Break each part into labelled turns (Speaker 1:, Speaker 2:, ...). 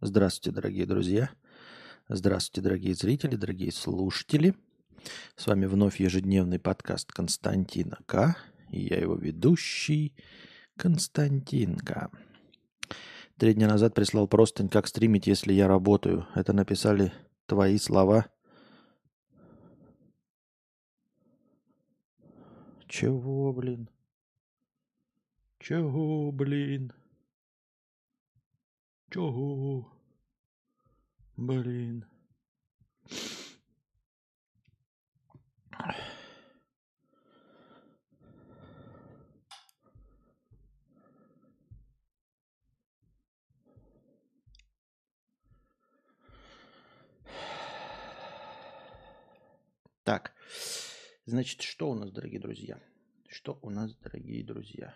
Speaker 1: Здравствуйте, дорогие друзья. Здравствуйте, дорогие зрители, дорогие слушатели. С вами вновь ежедневный подкаст Константина К. И я его ведущий Константин К. 3 дня назад прислал простынь, как стримить, если я работаю. Это написали твои слова. Чего, блин? Чего, блин? Чего? Блин. Так, значит, что у нас, дорогие друзья? Что у нас, дорогие друзья?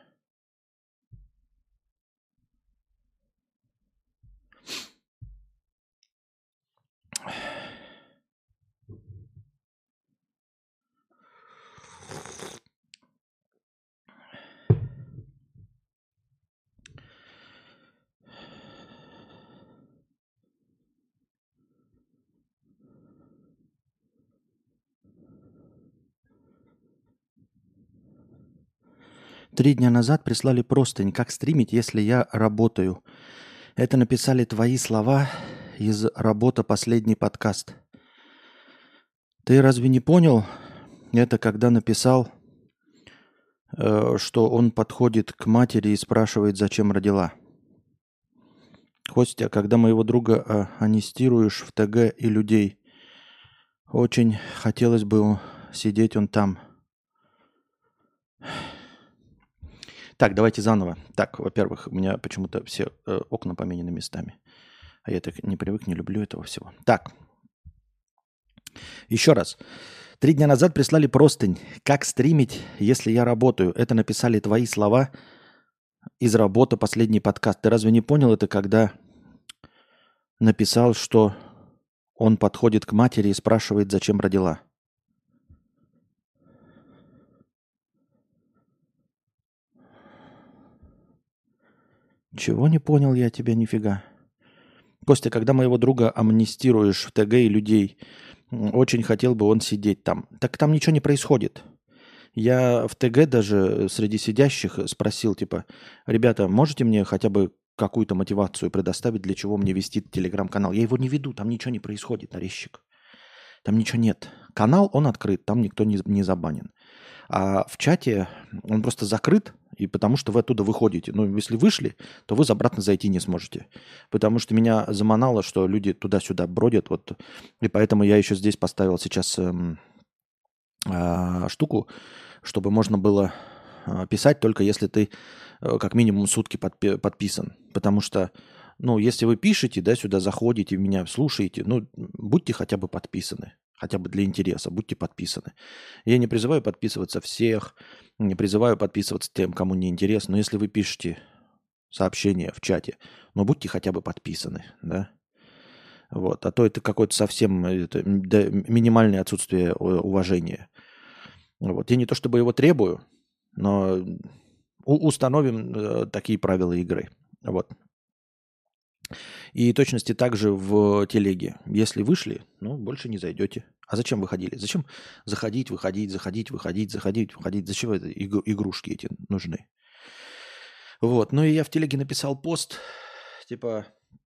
Speaker 1: Три дня назад прислали простынь, как стримить, если я работаю. Это написали твои слова из «Работа. Последний подкаст». Ты разве не понял? Это когда написал, что он подходит к матери и спрашивает, зачем родила. Костя, когда моего друга анестируешь в ТГ и людей, очень хотелось бы сидеть он там. Так, давайте заново. Так, во-первых, у меня почему-то все окна поменены местами. А я так не привык, не люблю этого всего. Так, еще раз. 3 дня назад прислали простынь. Как стримить, если я работаю? Это написали твои слова из «Работа. Последний подкаст». Ты разве не понял это, когда написал, что он подходит к матери и спрашивает, зачем родила? Чего не понял я тебя нифига? Костя, когда моего друга амнистируешь в ТГ и людей, очень хотел бы он сидеть там. Так там ничего не происходит. Я в ТГ даже среди сидящих спросил, типа, ребята, можете мне хотя бы какую-то мотивацию предоставить, для чего мне вести телеграм-канал? Я его не веду, там ничего не происходит, нарезчик. Там ничего нет. Канал, он открыт, там никто не забанен. А в чате он просто закрыт, и потому что вы оттуда выходите. Ну, если вышли, то вы обратно зайти не сможете. Потому что меня заманало, что люди туда-сюда бродят. Вот, и поэтому я еще здесь поставил сейчас штуку, чтобы можно было писать только если ты как минимум сутки подписан. Потому что, ну, если вы пишете, да, сюда заходите, меня слушаете, ну, будьте хотя бы подписаны. Хотя бы для интереса, будьте подписаны. Я не призываю подписываться всех, не призываю подписываться тем, кому не интересно. Но если вы пишете сообщение в чате, ну, будьте хотя бы подписаны, да. Вот. А то это какое-то совсем минимальное отсутствие уважения. Вот. Я не то чтобы его требую, но установим такие правила игры. Вот. И точности также в телеге. Если вышли, ну, больше не зайдете. А зачем выходили? Зачем заходить, выходить, заходить, выходить, заходить, выходить? Зачем это игрушки эти нужны? Вот. Ну и я в телеге написал пост, типа...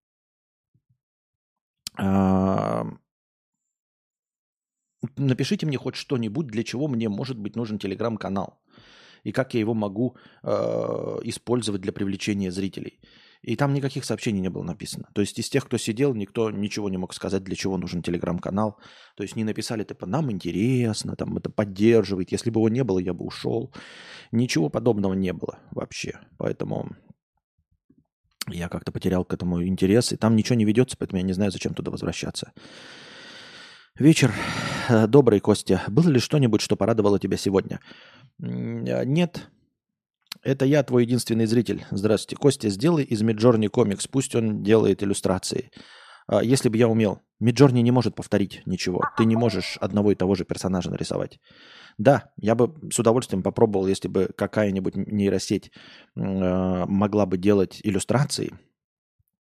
Speaker 1: Напишите мне хоть что-нибудь, для чего мне может быть нужен телеграм-канал. И как я его могу использовать для привлечения зрителей. И там никаких сообщений не было написано. То есть из тех, кто сидел, никто ничего не мог сказать, для чего нужен телеграм-канал. То есть не написали, типа, нам интересно, там это поддерживает. Если бы его не было, я бы ушел. Ничего подобного не было вообще. Поэтому я как-то потерял к этому интерес. И там ничего не ведется, поэтому я не знаю, зачем туда возвращаться. Вечер добрый, Костя. Было ли что-нибудь, что порадовало тебя сегодня? Нет. Это я, твой единственный зритель. Здравствуйте. Костя, сделай из Midjourney комикс. Пусть он делает иллюстрации. Если бы я умел. Midjourney не может повторить ничего. Ты не можешь одного и того же персонажа нарисовать. Да, я бы с удовольствием попробовал, если бы какая-нибудь нейросеть могла бы делать иллюстрации.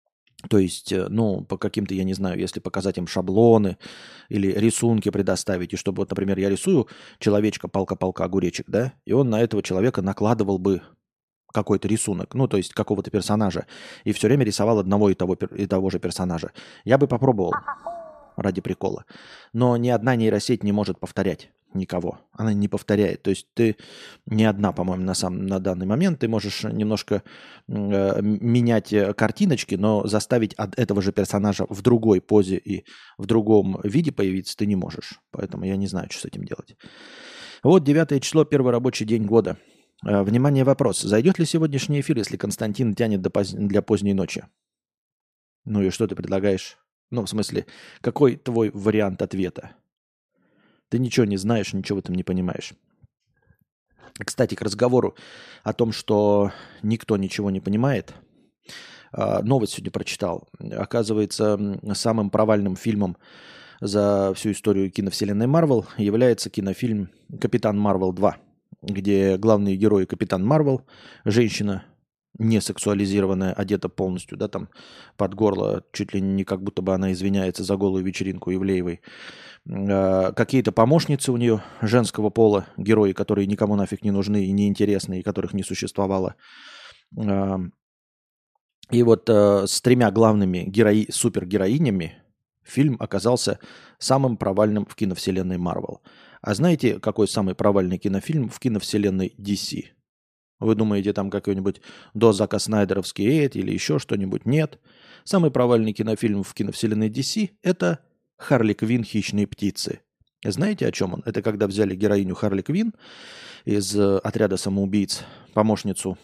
Speaker 1: То есть, ну, по каким-то, я не знаю, если показать им шаблоны или рисунки предоставить, и чтобы, вот, например, я рисую человечка, палка-палка, огуречек, да, и он на этого человека накладывал бы какой-то рисунок, ну, то есть какого-то персонажа, и все время рисовал одного и того же персонажа. Я бы попробовал ради прикола. Но ни одна нейросеть не может повторять никого. Она не повторяет. То есть ты не одна, по-моему, на данный момент. Ты можешь немножко менять картиночки, но заставить от этого же персонажа в другой позе и в другом виде появиться ты не можешь. Поэтому я не знаю, что с этим делать. Вот 9 число, первый рабочий день года. Внимание, вопрос. Зайдет ли сегодняшний эфир, если Константин тянет для поздней ночи? Ну и что ты предлагаешь? Ну, в смысле, какой твой вариант ответа? Ты ничего не знаешь, ничего в этом не понимаешь. Кстати, к разговору о том, что никто ничего не понимает, новость сегодня прочитал. Оказывается, самым провальным фильмом за всю историю киновселенной Марвел является кинофильм «Капитан Марвел 2», где главные герои Капитан Марвел, женщина, не сексуализированная, одета полностью, да, там под горло, чуть ли не как будто бы она извиняется за голую вечеринку Ивлеевой. Какие-то помощницы у нее женского пола, герои, которые никому нафиг не нужны и неинтересны, и которых не существовало. И вот с тремя главными супергероинями фильм оказался самым провальным в киновселенной Марвел. А знаете, какой самый провальный кинофильм в киновселенной DC? Вы думаете, там какой-нибудь до Зака Снайдеровский Эйд или еще что-нибудь? Нет. Самый провальный кинофильм в киновселенной DC – это «Харли Квинн. Хищные птицы». Знаете, о чем он? Это когда взяли героиню Харли Квинн из отряда самоубийц, помощницу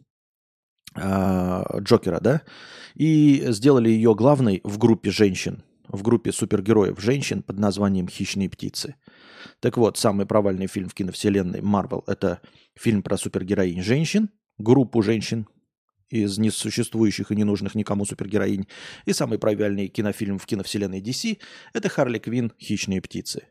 Speaker 1: Джокера, да, и сделали ее главной в группе женщин, в группе супергероев женщин под названием «Хищные птицы». Так вот, самый провальный фильм в киновселенной Marvel – это фильм про супергероинь женщин, группу женщин из несуществующих и ненужных никому супергероинь. И самый провальный кинофильм в киновселенной DC – это «Харли Квинн. Хищные птицы».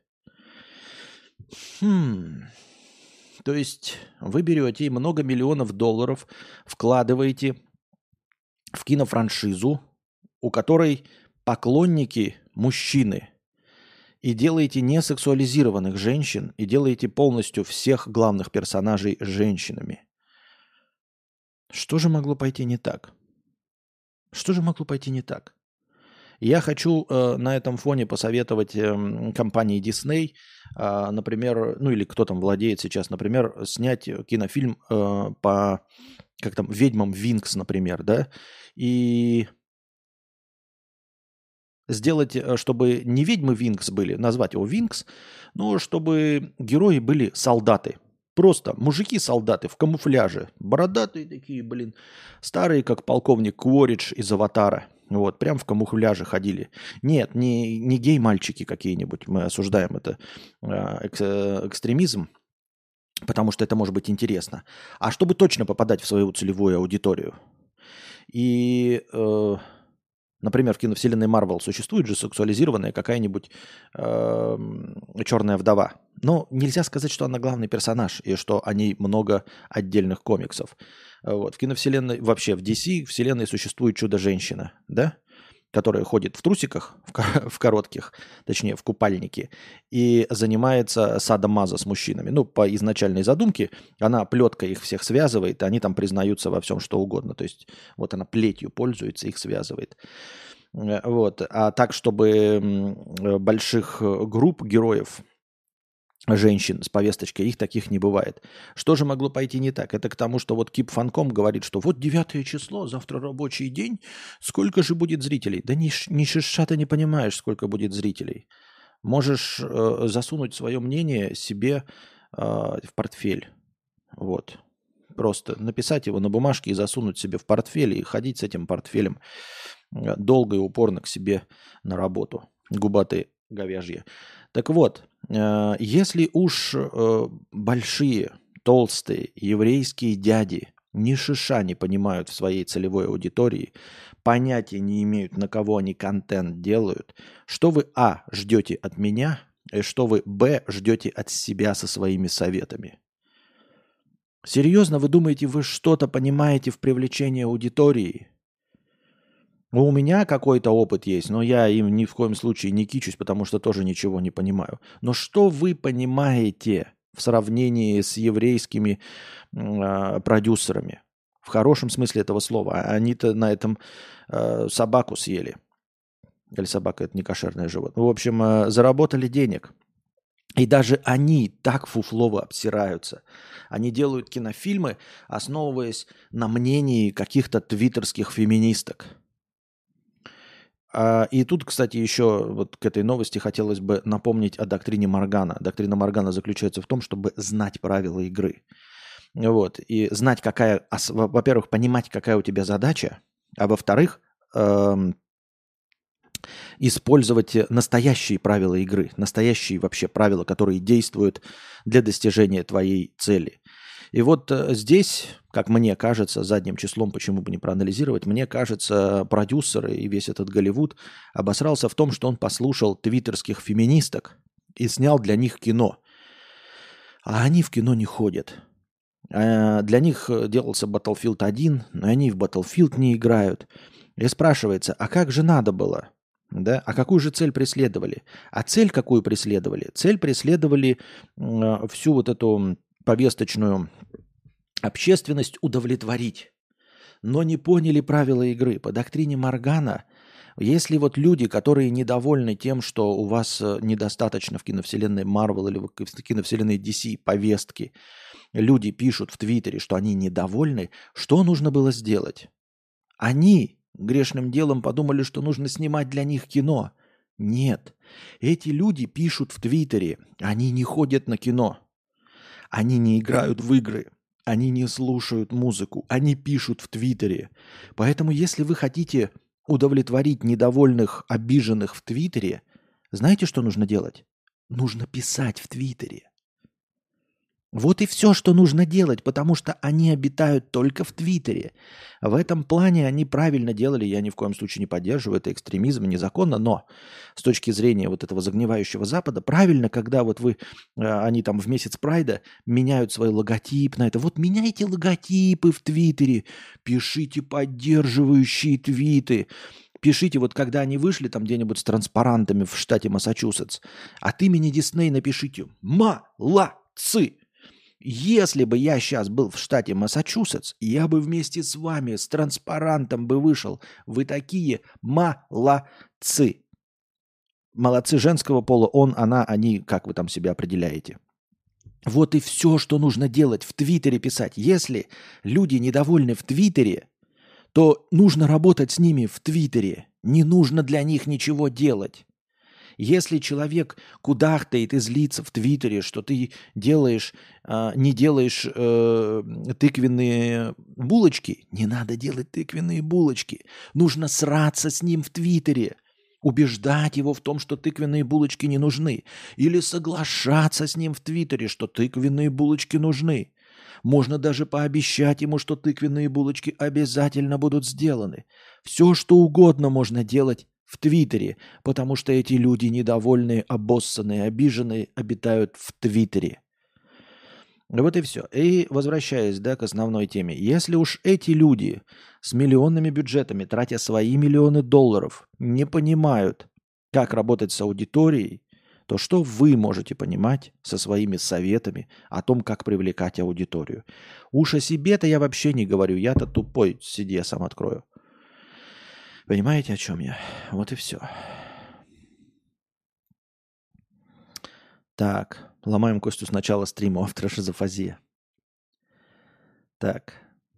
Speaker 1: То есть вы берете много миллионов долларов, вкладываете в кинофраншизу, у которой поклонники мужчины, и делаете несексуализированных женщин, и делаете полностью всех главных персонажей женщинами. Что же могло пойти не так? Что же могло пойти не так? Я хочу на этом фоне посоветовать компании Disney, например, ну или кто там владеет сейчас, например, снять кинофильм по, как там, «Ведьмам Винкс», например, да, и сделать, чтобы не ведьмы Винкс были, назвать его Винкс, но чтобы герои были солдаты. Просто мужики-солдаты в камуфляже. Бородатые такие, блин, старые, как полковник Кворидж из «Аватара». Вот, прям в камуфляже ходили. Нет, не гей-мальчики какие-нибудь. Мы осуждаем это экстремизм, потому что это может быть интересно. А чтобы точно попадать в свою целевую аудиторию. И например, в киновселенной Марвел существует же сексуализированная какая-нибудь черная вдова. Но нельзя сказать, что она главный персонаж и что о ней много отдельных комиксов. Вот. В киновселенной, вообще в DC вселенной существует чудо-женщина, да? Которая ходит в трусиках, в коротких, точнее, в купальнике, и занимается садомазо с мужчинами. Ну, по изначальной задумке, она плеткой их всех связывает, и они там признаются во всем, что угодно. То есть вот она плетью пользуется, их связывает. Вот. А так, чтобы больших групп героев, женщин с повесточкой, их таких не бывает. Что же могло пойти не так? Это к тому, что вот Keep Fancom говорит, что вот 9 число, завтра рабочий день, сколько же будет зрителей? Да ни шиша ты не понимаешь, сколько будет зрителей. Можешь засунуть свое мнение себе в портфель. Вот. Просто написать его на бумажке и засунуть себе в портфель и ходить с этим портфелем долго и упорно к себе на работу. Губатые говяжьи. Так вот, если уж большие, толстые еврейские дяди ни шиша не понимают в своей целевой аудитории, понятия не имеют, на кого они контент делают, что вы, ждете от меня, и что вы, ждете от себя со своими советами? Серьезно, вы думаете, вы что-то понимаете в привлечении аудитории? У меня какой-то опыт есть, но я им ни в коем случае не кичусь, потому что тоже ничего не понимаю. Но что вы понимаете в сравнении с еврейскими продюсерами? В хорошем смысле этого слова. Они-то на этом собаку съели. Или собака – это не кошерное животное. В общем, заработали денег. И даже они так фуфлово обсираются. Они делают кинофильмы, основываясь на мнении каких-то твиттерских феминисток. И тут, кстати, еще вот к этой новости хотелось бы напомнить о доктрине Моргана. Доктрина Моргана заключается в том, чтобы знать правила игры. Вот. И знать, какая, во-первых, понимать, какая у тебя задача, а во-вторых, использовать настоящие правила игры, настоящие вообще правила, которые действуют для достижения твоей цели. И вот здесь, как мне кажется, задним числом, почему бы не проанализировать, мне кажется, продюсеры и весь этот Голливуд обосрался в том, что он послушал твиттерских феминисток и снял для них кино. А они в кино не ходят. Для них делался Battlefield 1, но они в Battlefield не играют. И спрашивается, а как же надо было? Да? А какую же цель преследовали? А цель какую преследовали? Цель преследовали всю вот эту повесточную общественность удовлетворить, но не поняли правила игры. По доктрине Моргана, если вот люди, которые недовольны тем, что у вас недостаточно в киновселенной Marvel или в киновселенной DC повестки, люди пишут в Твиттере, что они недовольны, что нужно было сделать? Они грешным делом подумали, что нужно снимать для них кино. Нет. Эти люди пишут в Твиттере, они не ходят на кино. Они не играют в игры. Они не слушают музыку. Они пишут в Твиттере. Поэтому, если вы хотите удовлетворить недовольных, обиженных в Твиттере, знаете, что нужно делать? Нужно писать в Твиттере. Вот и все, что нужно делать, потому что они обитают только в Твиттере. В этом плане они правильно делали, я ни в коем случае не поддерживаю, это экстремизм, незаконно, но с точки зрения вот этого загнивающего Запада, правильно, когда вот они там в месяц Прайда меняют свой логотип на это. Вот меняйте логотипы в Твиттере, пишите поддерживающие твиты, пишите, вот когда они вышли там где-нибудь с транспарантами в штате Массачусетс, от имени Дисней напишите «Молодцы!». Если бы я сейчас был в штате Массачусетс, я бы вместе с вами с транспарантом бы вышел. Вы такие молодцы. Молодцы женского пола, он, она, они, как вы там себя определяете. Вот и все, что нужно делать, в Твиттере писать. Если люди недовольны в Твиттере, то нужно работать с ними в Твиттере. Не нужно для них ничего делать. Если человек кудахтает и злится в Твиттере, что ты делаешь, не делаешь тыквенные булочки, не надо делать тыквенные булочки. Нужно сраться с ним в Твиттере, убеждать его в том, что тыквенные булочки не нужны. Или соглашаться с ним в Твиттере, что тыквенные булочки нужны. Можно даже пообещать ему, что тыквенные булочки обязательно будут сделаны. Все, что угодно можно делать в Твиттере, потому что эти люди недовольные, обоссанные, обиженные обитают в Твиттере. Вот и все. И возвращаясь, к основной теме. Если уж эти люди с миллионными бюджетами, тратя свои миллионы долларов, не понимают, как работать с аудиторией, то что вы можете понимать со своими советами о том, как привлекать аудиторию? Уж о себе-то я вообще не говорю. Я-то тупой, сиди, я сам открою. Понимаете, о чем я? Вот и все. Так, ломаем Костю с начала стрима, автора шизофазия. Так.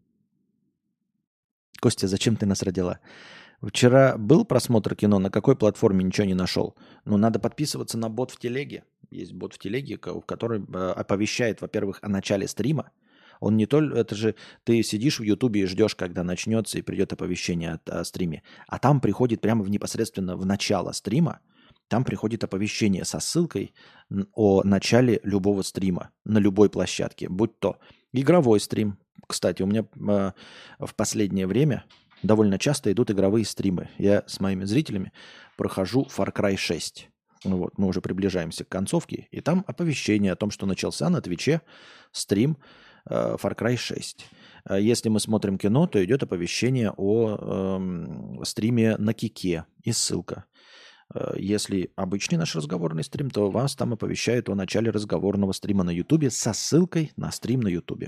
Speaker 1: Костя, зачем ты нас родила? Вчера был просмотр кино, на какой платформе ничего не нашел. Ну, надо подписываться на бот в телеге. Есть бот в телеге, который оповещает, во-первых, о начале стрима. Он не только, это же ты сидишь в Ютубе и ждешь, когда начнется и придет оповещение о стриме. А там приходит прямо непосредственно в начало стрима, там приходит оповещение со ссылкой о начале любого стрима на любой площадке. Будь то игровой стрим. Кстати, у меня в последнее время довольно часто идут игровые стримы. Я с моими зрителями прохожу Far Cry 6. Вот, мы уже приближаемся к концовке, и там оповещение о том, что начался на Твиче стрим Far Cry 6. Если мы смотрим кино, то идет оповещение о стриме на Кике и ссылка. Если обычный наш разговорный стрим, то вас там оповещают о начале разговорного стрима на Ютубе со ссылкой на стрим на Ютубе.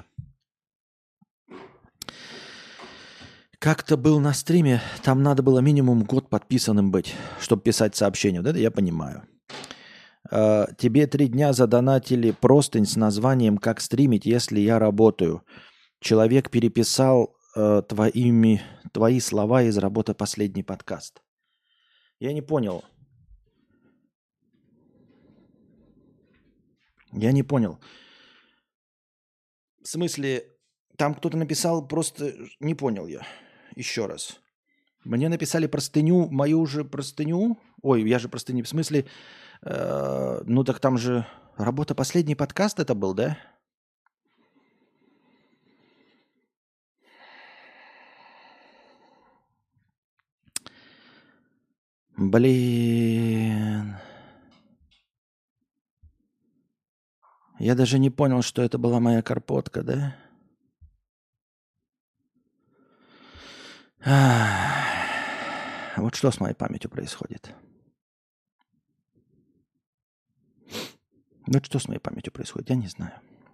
Speaker 1: Как-то был на стриме, там надо было минимум год подписанным быть, чтобы писать сообщение. Вот это я понимаю. Тебе 3 дня задонатили простынь с названием «Как стримить, если я работаю». Человек переписал твои слова из работы «Последний подкаст». Я не понял. В смысле, там кто-то написал, просто не понял я. Еще раз. Мне написали простыню, мою же простыню. Ой, я же простыню. В смысле, ну так там же работа «Последний подкаст» это был, да? Блин. Я даже не понял, что это была моя карпотка, да? Вот что с моей памятью происходит? Вот что с моей памятью происходит, я не знаю.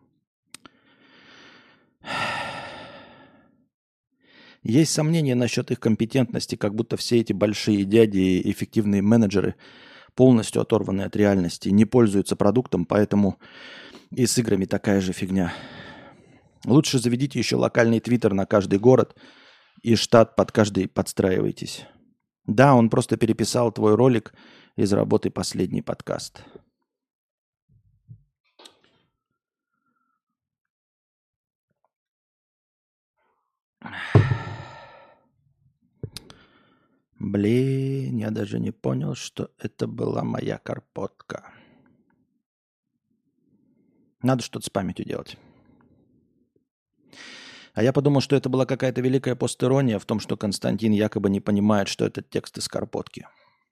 Speaker 1: Есть сомнения насчет их компетентности, как будто все эти большие дяди и эффективные менеджеры полностью оторваны от реальности, не пользуются продуктом, поэтому и с играми такая же фигня. Лучше заведите еще локальный твиттер на каждый город и штат под каждый подстраивайтесь. Да, он просто переписал твой ролик из работы «Последний подкаст». Блин, я даже не понял, что это была моя карпотка. Надо что-то с памятью делать. А я подумал, что это была какая-то великая постерония в том, что Константин якобы не понимает, что это текст из карпотки.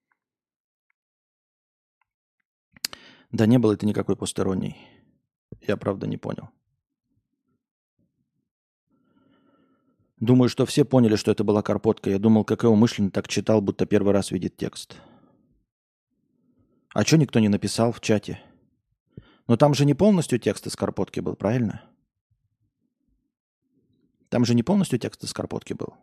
Speaker 1: Да не было это никакой постеронии. Я правда не понял. Думаю, что все поняли, что это была карпотка. Я думал, как его умышленно так читал, будто первый раз видит текст. А что никто не написал в чате? Но там же не полностью текст из карпотки был, правильно? Там же не полностью текст из карпотки был.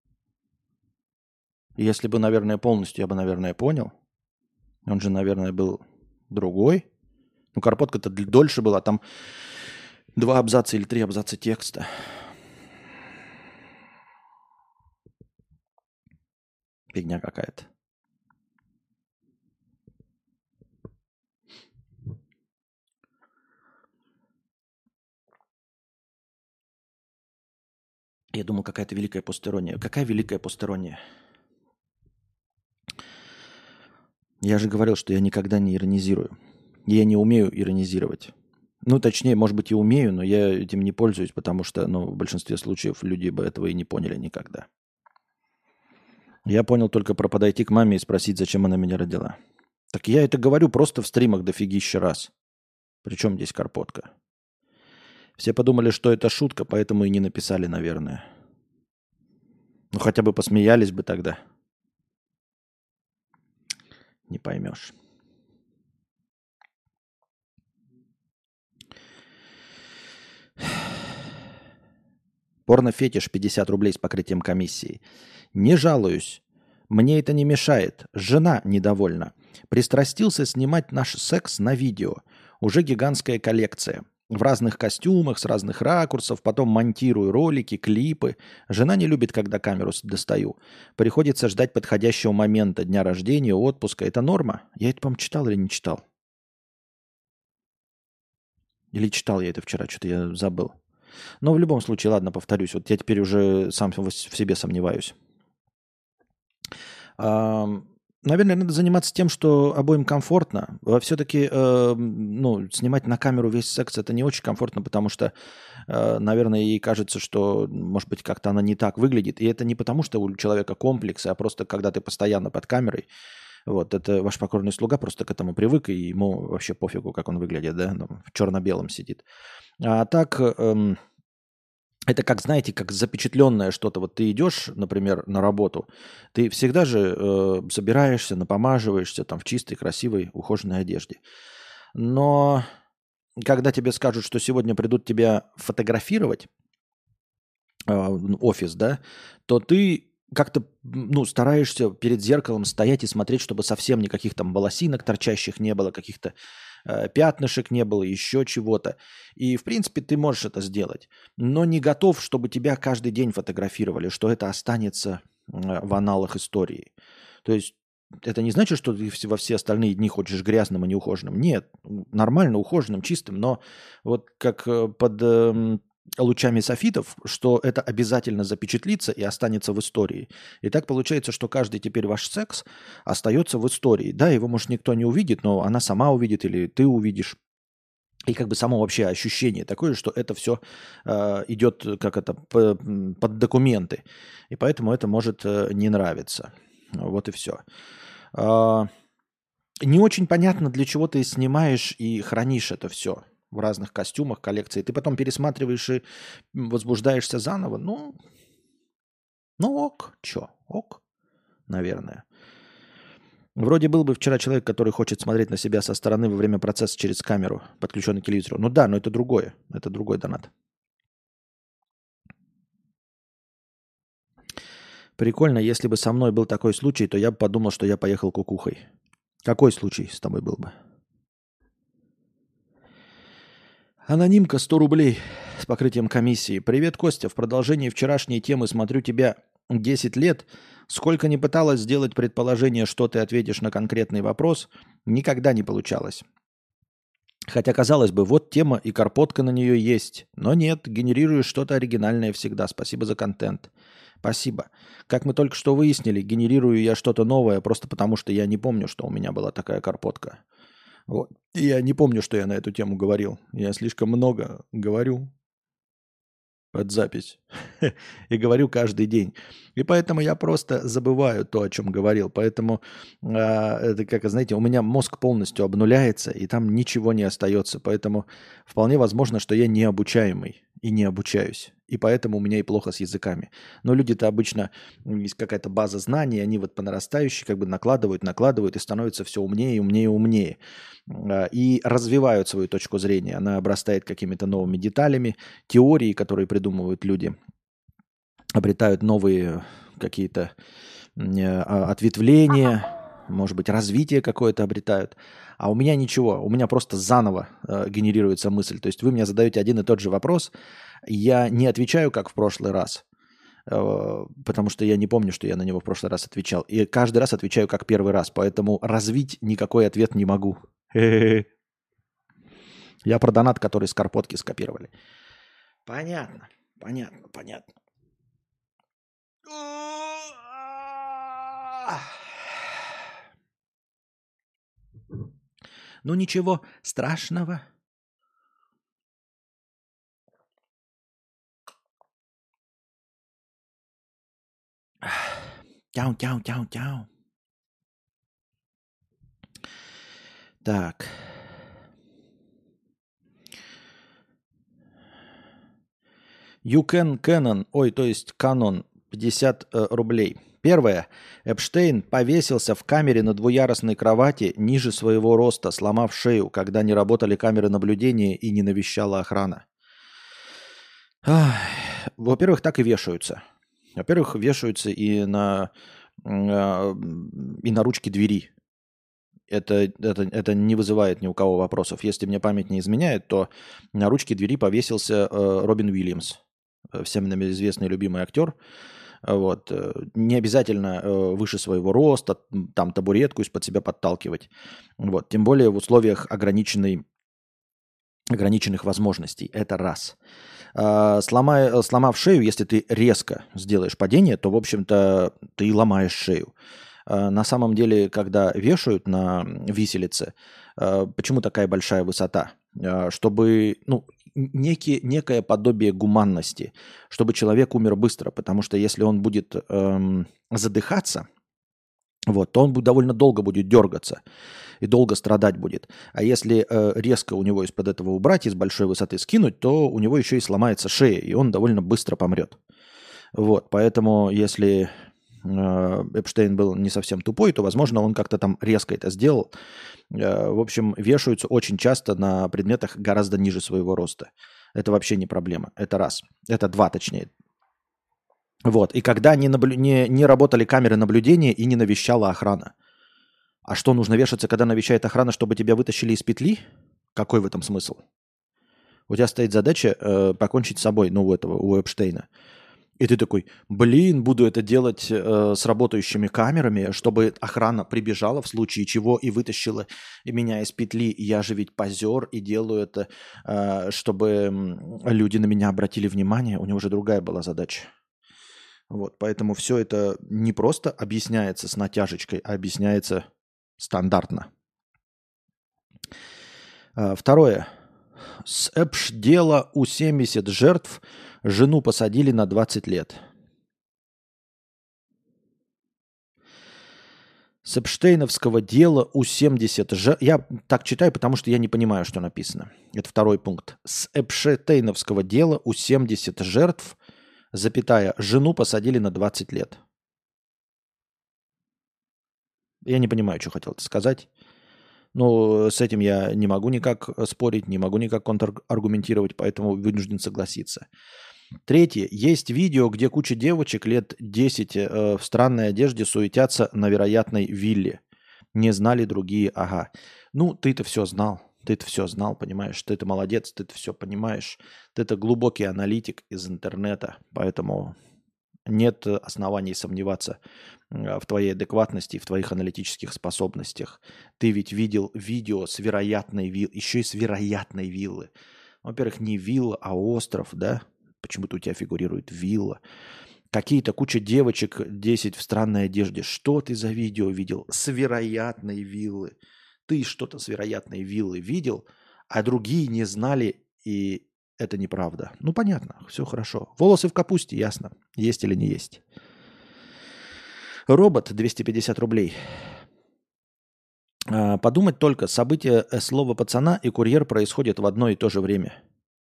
Speaker 1: Если бы, наверное, полностью, я бы, наверное, понял. Он же, наверное, был другой. Ну, карпотка-то дольше была. Там 2 абзаца или 3 абзаца текста. Фигня какая-то. Я думал, какая-то великая постерония. Какая великая постерония? Я же говорил, что я никогда не иронизирую. Я не умею иронизировать. Ну, точнее, может быть, и умею, но я этим не пользуюсь, потому что, в большинстве случаев люди бы этого и не поняли никогда. Я понял только про подойти к маме и спросить, зачем она меня родила. Так я это говорю просто в стримах дофигища раз. Причем здесь карпотка? Все подумали, что это шутка, поэтому и не написали, наверное. Ну, хотя бы посмеялись бы тогда. Не поймешь. Порнофетиш 50 рублей с покрытием комиссии. Не жалуюсь. Мне это не мешает. Жена недовольна. Пристрастился снимать наш секс на видео. Уже гигантская коллекция. В разных костюмах, с разных ракурсов. Потом монтирую ролики, клипы. Жена не любит, когда камеру достаю. Приходится ждать подходящего момента. Дня рождения, отпуска. Это норма? Я это, по-моему, читал или не читал? Или читал я это вчера? Что-то я забыл. Но в любом случае, ладно, повторюсь. Вот я теперь уже сам в себе сомневаюсь. Наверное, надо заниматься тем, что обоим комфортно. Все-таки снимать на камеру весь секс это не очень комфортно, потому что, наверное, ей кажется, что, может быть, как-то она не так выглядит. И это не потому, что у человека комплексы, а просто когда ты постоянно под камерой. Вот, это ваш покорный слуга просто к этому привык, и ему вообще пофигу, как он выглядит, да, в черно-белом сидит. А так, Это как, знаете, как запечатленное что-то. Вот ты идешь, например, на работу, ты всегда же собираешься, напомаживаешься там в чистой, красивой, ухоженной одежде. Но когда тебе скажут, что сегодня придут тебя фотографировать, в офис, да, то ты как-то ну, стараешься перед зеркалом стоять и смотреть, чтобы совсем никаких там волосинок торчащих не было, каких-то пятнышек не было, еще чего-то. И, в принципе, ты можешь это сделать. Но не готов, чтобы тебя каждый день фотографировали, что это останется в аналах истории. То есть это не значит, что ты во все остальные дни хочешь грязным и неухоженным. Нет, нормально ухоженным, чистым, но вот как под лучами софитов, что это обязательно запечатлится и останется в истории. И так получается, что каждый теперь ваш секс остается в истории. Да, его, может, никто не увидит, но она сама увидит или ты увидишь. И как бы само вообще ощущение такое, что это все идет как это под документы. И поэтому это может не нравиться. Вот и все. Не очень понятно, для чего ты снимаешь и хранишь это все в разных костюмах, коллекции. Ты потом пересматриваешь и возбуждаешься заново. Ну ок, чё, ок, наверное. Вроде был бы вчера человек, который хочет смотреть на себя со стороны во время процесса через камеру, подключенный к телевизору. Ну да, но это другое. Это другой донат. Прикольно, если бы со мной был такой случай, то я бы подумал, что я поехал кукухой. Какой случай с тобой был бы? Анонимка 100 рублей с покрытием комиссии. Привет, Костя. В продолжении вчерашней темы смотрю тебя 10 лет. Сколько не пыталась сделать предположение, что ты ответишь на конкретный вопрос, никогда не получалось. Хотя, казалось бы, вот тема и карпотка на нее есть. Но нет, генерируешь что-то оригинальное всегда. Спасибо за контент. Спасибо. Как мы только что выяснили, генерирую я что-то новое просто потому, что я не помню, что у меня была такая карпотка. Вот. И я не помню, что я на эту тему говорил. Я слишком много говорю под запись. И говорю каждый день. И поэтому я просто забываю то, о чем говорил. Поэтому это, как, знаете, у меня мозг полностью обнуляется, и там ничего не остается. Поэтому вполне возможно, что я необучаемый и не обучаюсь. И поэтому у меня и плохо с языками. Но люди-то обычно, есть какая-то база знаний, они вот по нарастающей как бы накладывают и становятся все умнее, умнее, умнее. И развивают свою точку зрения. Она обрастает какими-то новыми деталями, теории, которые придумывают люди, обретают новые какие-то ответвления, может быть, развитие какое-то обретают. А у меня ничего, у меня просто заново генерируется мысль. То есть вы мне задаете один и тот же вопрос, я не отвечаю, как в прошлый раз, потому что я не помню, что я на него в прошлый раз отвечал. И каждый раз отвечаю как первый раз, поэтому развить никакой ответ не могу. Я про донат, который с карпотки скопировали. Понятно, понятно, понятно. Ну ничего страшного. Тяу. Так. You can Canon, то есть Canon, 50 рублей. Первое. Эпштейн повесился в камере на двуярусной кровати ниже своего роста, сломав шею, когда не работали камеры наблюдения и не навещала охрана. Во-первых, так и вешаются. Во-первых, вешаются и на ручки двери. Это не вызывает ни у кого вопросов. Если мне память не изменяет, то на ручке двери повесился Робин Уильямс, всем нами известный любимый актер. Вот. Не обязательно выше своего роста, там табуретку из-под себя подталкивать. Вот. Тем более в условиях ограниченных возможностей. Это раз. Сломав шею, если ты резко сделаешь падение, то, в общем-то, ты ломаешь шею. На самом деле, когда вешают на виселице, почему такая большая высота? Чтобы, некое подобие гуманности, чтобы человек умер быстро, потому что если он будет задыхаться, вот, то он довольно долго будет дергаться и долго страдать будет. А если резко у него из-под этого убрать, из большой высоты скинуть, то у него еще и сломается шея, и он довольно быстро помрет. Вот, поэтому если Эпштейн был не совсем тупой, то, возможно, он как-то там резко это сделал. В общем, вешаются очень часто на предметах гораздо ниже своего роста. Это вообще не проблема. Это раз. Это два, точнее. Вот. И когда не работали камеры наблюдения и не навещала охрана. А что, нужно вешаться, когда навещает охрана, чтобы тебя вытащили из петли? Какой в этом смысл? У тебя стоит задача покончить с собой, ну, у Эпштейна. И ты такой, блин, буду это делать с работающими камерами, чтобы охрана прибежала в случае чего и вытащила меня из петли. Я же ведь позер и делаю это, чтобы люди на меня обратили внимание. У него же другая была задача. Вот, поэтому все это не просто объясняется с натяжечкой, а объясняется стандартно. Второе. С дела у 70 жертв жену посадили на 20 лет. С Эпштейновского дела у 70 жертв... Я так читаю, потому что я не понимаю, что написано. Это второй пункт. С Эпштейновского дела у 70 жертв, запятая, жену посадили на 20 лет. Я не понимаю, что хотел сказать. Но с этим я не могу никак спорить, не могу никак контраргументировать, поэтому вынужден согласиться. Третье. Есть видео, где куча девочек лет 10 в странной одежде суетятся на вероятной вилле. Не знали другие, ага. Ну, ты-то все знал. Ты-то все знал, понимаешь? Ты-то молодец, ты-то все понимаешь. Ты-то глубокий аналитик из интернета, поэтому нет оснований сомневаться в твоей адекватности, в твоих аналитических способностях. Ты ведь видел видео с вероятной виллы, еще и с вероятной виллы. Во-первых, не вилла, а остров, да? Почему-то у тебя фигурирует вилла. Какие-то куча девочек 10 в странной одежде. Что ты за видео видел с вероятной виллы? Ты что-то с вероятной виллы видел, а другие не знали, и это неправда. Ну, понятно, все хорошо. Волосы в капусте, ясно. Есть или не есть. Робот, 250 рублей. Подумать только, события слова пацана и курьер происходят в одно и то же время.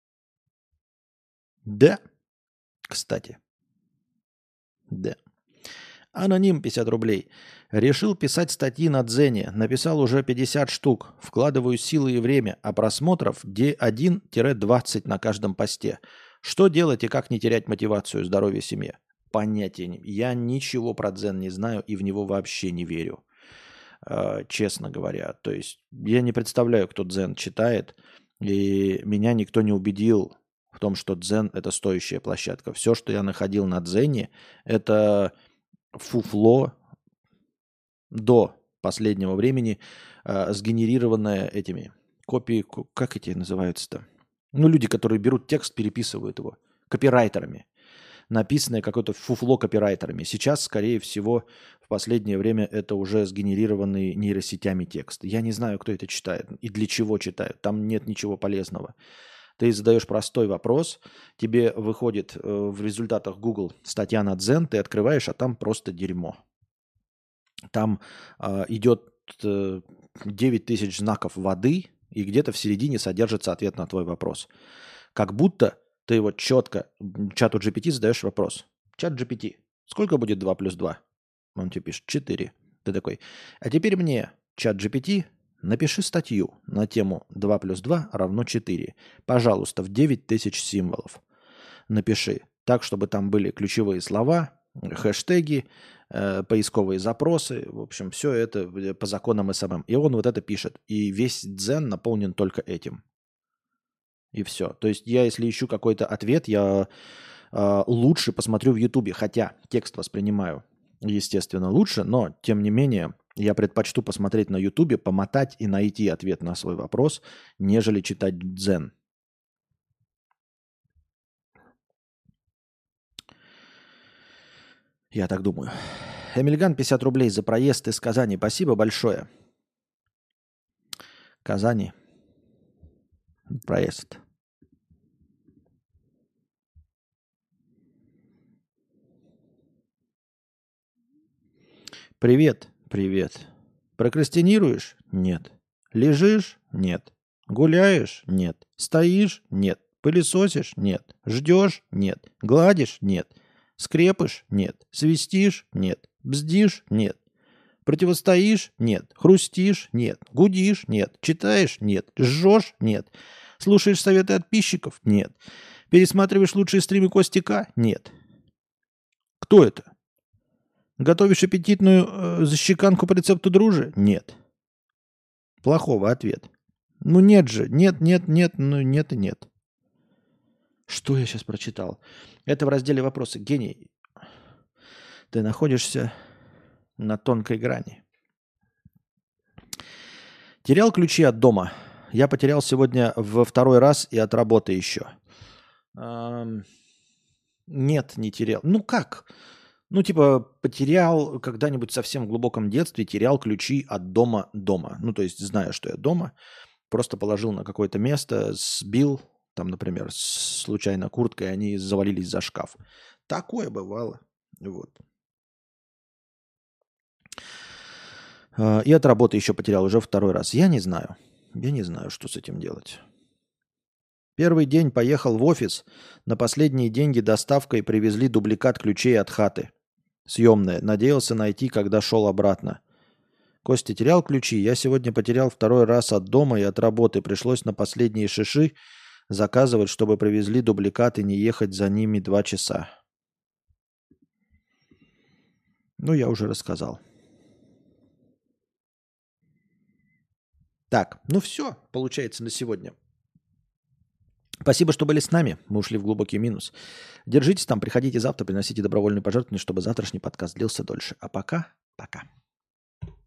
Speaker 1: Да, кстати. Да. Аноним 50 рублей. Решил писать статьи на Дзене. Написал уже 50 штук. Вкладываю силы и время, а просмотров 1-20 на каждом посте. Что делать и как не терять мотивацию, здоровье семье? Понятия не. Я ничего про Дзен не знаю и в него вообще не верю. Честно говоря. То есть я не представляю, кто Дзен читает. И меня никто не убедил в том, что Дзен – это стоящая площадка. Все, что я находил на Дзене, это фуфло до последнего времени, сгенерированное этими копии, как эти называются-то? Ну, люди, которые берут текст, переписывают его копирайтерами. Написанное какое-то фуфло копирайтерами. Сейчас, скорее всего, в последнее время это уже сгенерированный нейросетями текст. Я не знаю, кто это читает и для чего читают. Там нет ничего полезного. Ты задаешь простой вопрос, тебе выходит в результатах Google статья на Дзен, ты открываешь, а там просто дерьмо. Там идет 9 тысяч знаков воды, и где-то в середине содержится ответ на твой вопрос. Как будто ты вот четко чату GPT задаешь вопрос. Чат GPT, сколько будет 2 плюс 2? Он тебе пишет 4. Ты такой, а теперь мне, чат GPT, напиши статью на тему 2 плюс 2 равно 4. Пожалуйста, в 9 тысяч символов. Напиши так, чтобы там были ключевые слова, хэштеги, поисковые запросы. В общем, все это по законам СММ. И он вот это пишет. И весь дзен наполнен только этим. И все. То есть я, если ищу какой-то ответ, я лучше посмотрю в Ютубе. Хотя текст воспринимаю, естественно, лучше. Но, тем не менее, я предпочту посмотреть на Ютубе, помотать и найти ответ на свой вопрос, нежели читать дзен. Я так думаю. Эмильган, 50 рублей за проезд из Казани. Спасибо большое. Казани. Проезд. Привет. Привет. Прокрастинируешь? Нет. Лежишь? Нет. Гуляешь? Нет. Стоишь? Нет. Пылесосишь? Нет. Ждешь? Нет. Гладишь? Нет. Скрепыш? Нет. Свистишь? Нет. Бздишь? Нет. Противостоишь? Нет. Хрустишь? Нет. Гудишь? Нет. Читаешь? Нет. Жжешь? Нет. Слушаешь советы от подписчиков? Нет. Пересматриваешь лучшие стримы Костика? Нет. Кто это? Готовишь аппетитную защеканку по рецепту дружи? Нет. Плохого ответ. Ну нет же. Нет, нет, нет, ну нет и нет. Что я сейчас прочитал? Это в разделе «Вопросы». Гений, ты находишься на тонкой грани. Терял ключи от дома. Я потерял сегодня во второй раз и от работы еще. Нет, не терял. Ну как? Ну типа потерял когда-нибудь совсем в глубоком детстве, терял ключи от дома. Ну то есть зная, что я дома, просто положил на какое-то место, сбил, там, например, случайно курткой, они завалились за шкаф. Такое бывало. Вот. И от работы еще потерял уже второй раз. Я не знаю. Я не знаю, что с этим делать. Первый день поехал в офис. На последние деньги доставкой привезли дубликат ключей от хаты. Съемная. Надеялся найти, когда шел обратно. Костя терял ключи. Я сегодня потерял второй раз от дома и от работы. Пришлось на последние шиши заказывать, чтобы привезли дубликат и не ехать за ними 2 часа. Ну, я уже рассказал. Так, ну все, получается, на сегодня. Спасибо, что были с нами. Мы ушли в глубокий минус. Держитесь там, приходите завтра, приносите добровольные пожертвования, чтобы завтрашний подкаст длился дольше. А пока.